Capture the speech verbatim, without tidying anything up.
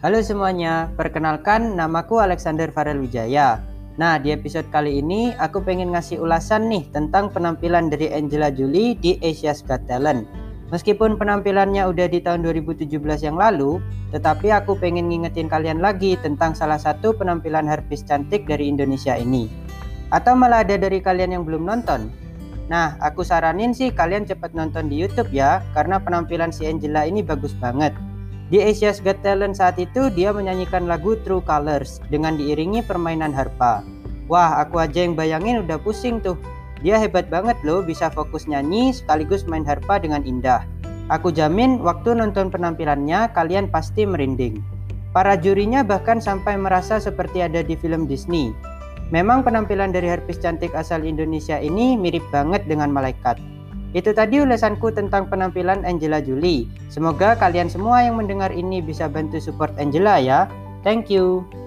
Halo semuanya, perkenalkan namaku Alexander Farel Wijaya. Nah, di episode kali ini aku pengen ngasih ulasan nih tentang penampilan dari Angela Jolie di Asia's Got Talent. Meskipun penampilannya udah di tahun dua ribu tujuh belas yang lalu, tetapi aku pengen ngingetin kalian lagi tentang salah satu penampilan artis cantik dari Indonesia ini. Atau malah ada dari kalian yang belum nonton? Nah, aku saranin sih kalian cepat nonton di YouTube ya, karena penampilan si Angela ini bagus banget. Di Asia's Got Talent saat itu dia menyanyikan lagu True Colors dengan diiringi permainan harpa. Wah, aku aja yang bayangin udah pusing tuh. Dia hebat banget loh bisa fokus nyanyi sekaligus main harpa dengan indah. Aku jamin waktu nonton penampilannya kalian pasti merinding. Para jurinya bahkan sampai merasa seperti ada di film Disney. Memang penampilan dari artis cantik asal Indonesia ini mirip banget dengan malaikat. Itu tadi ulasanku tentang penampilan Angela Jolie. Semoga kalian semua yang mendengar ini bisa bantu support Angela ya. Thank you.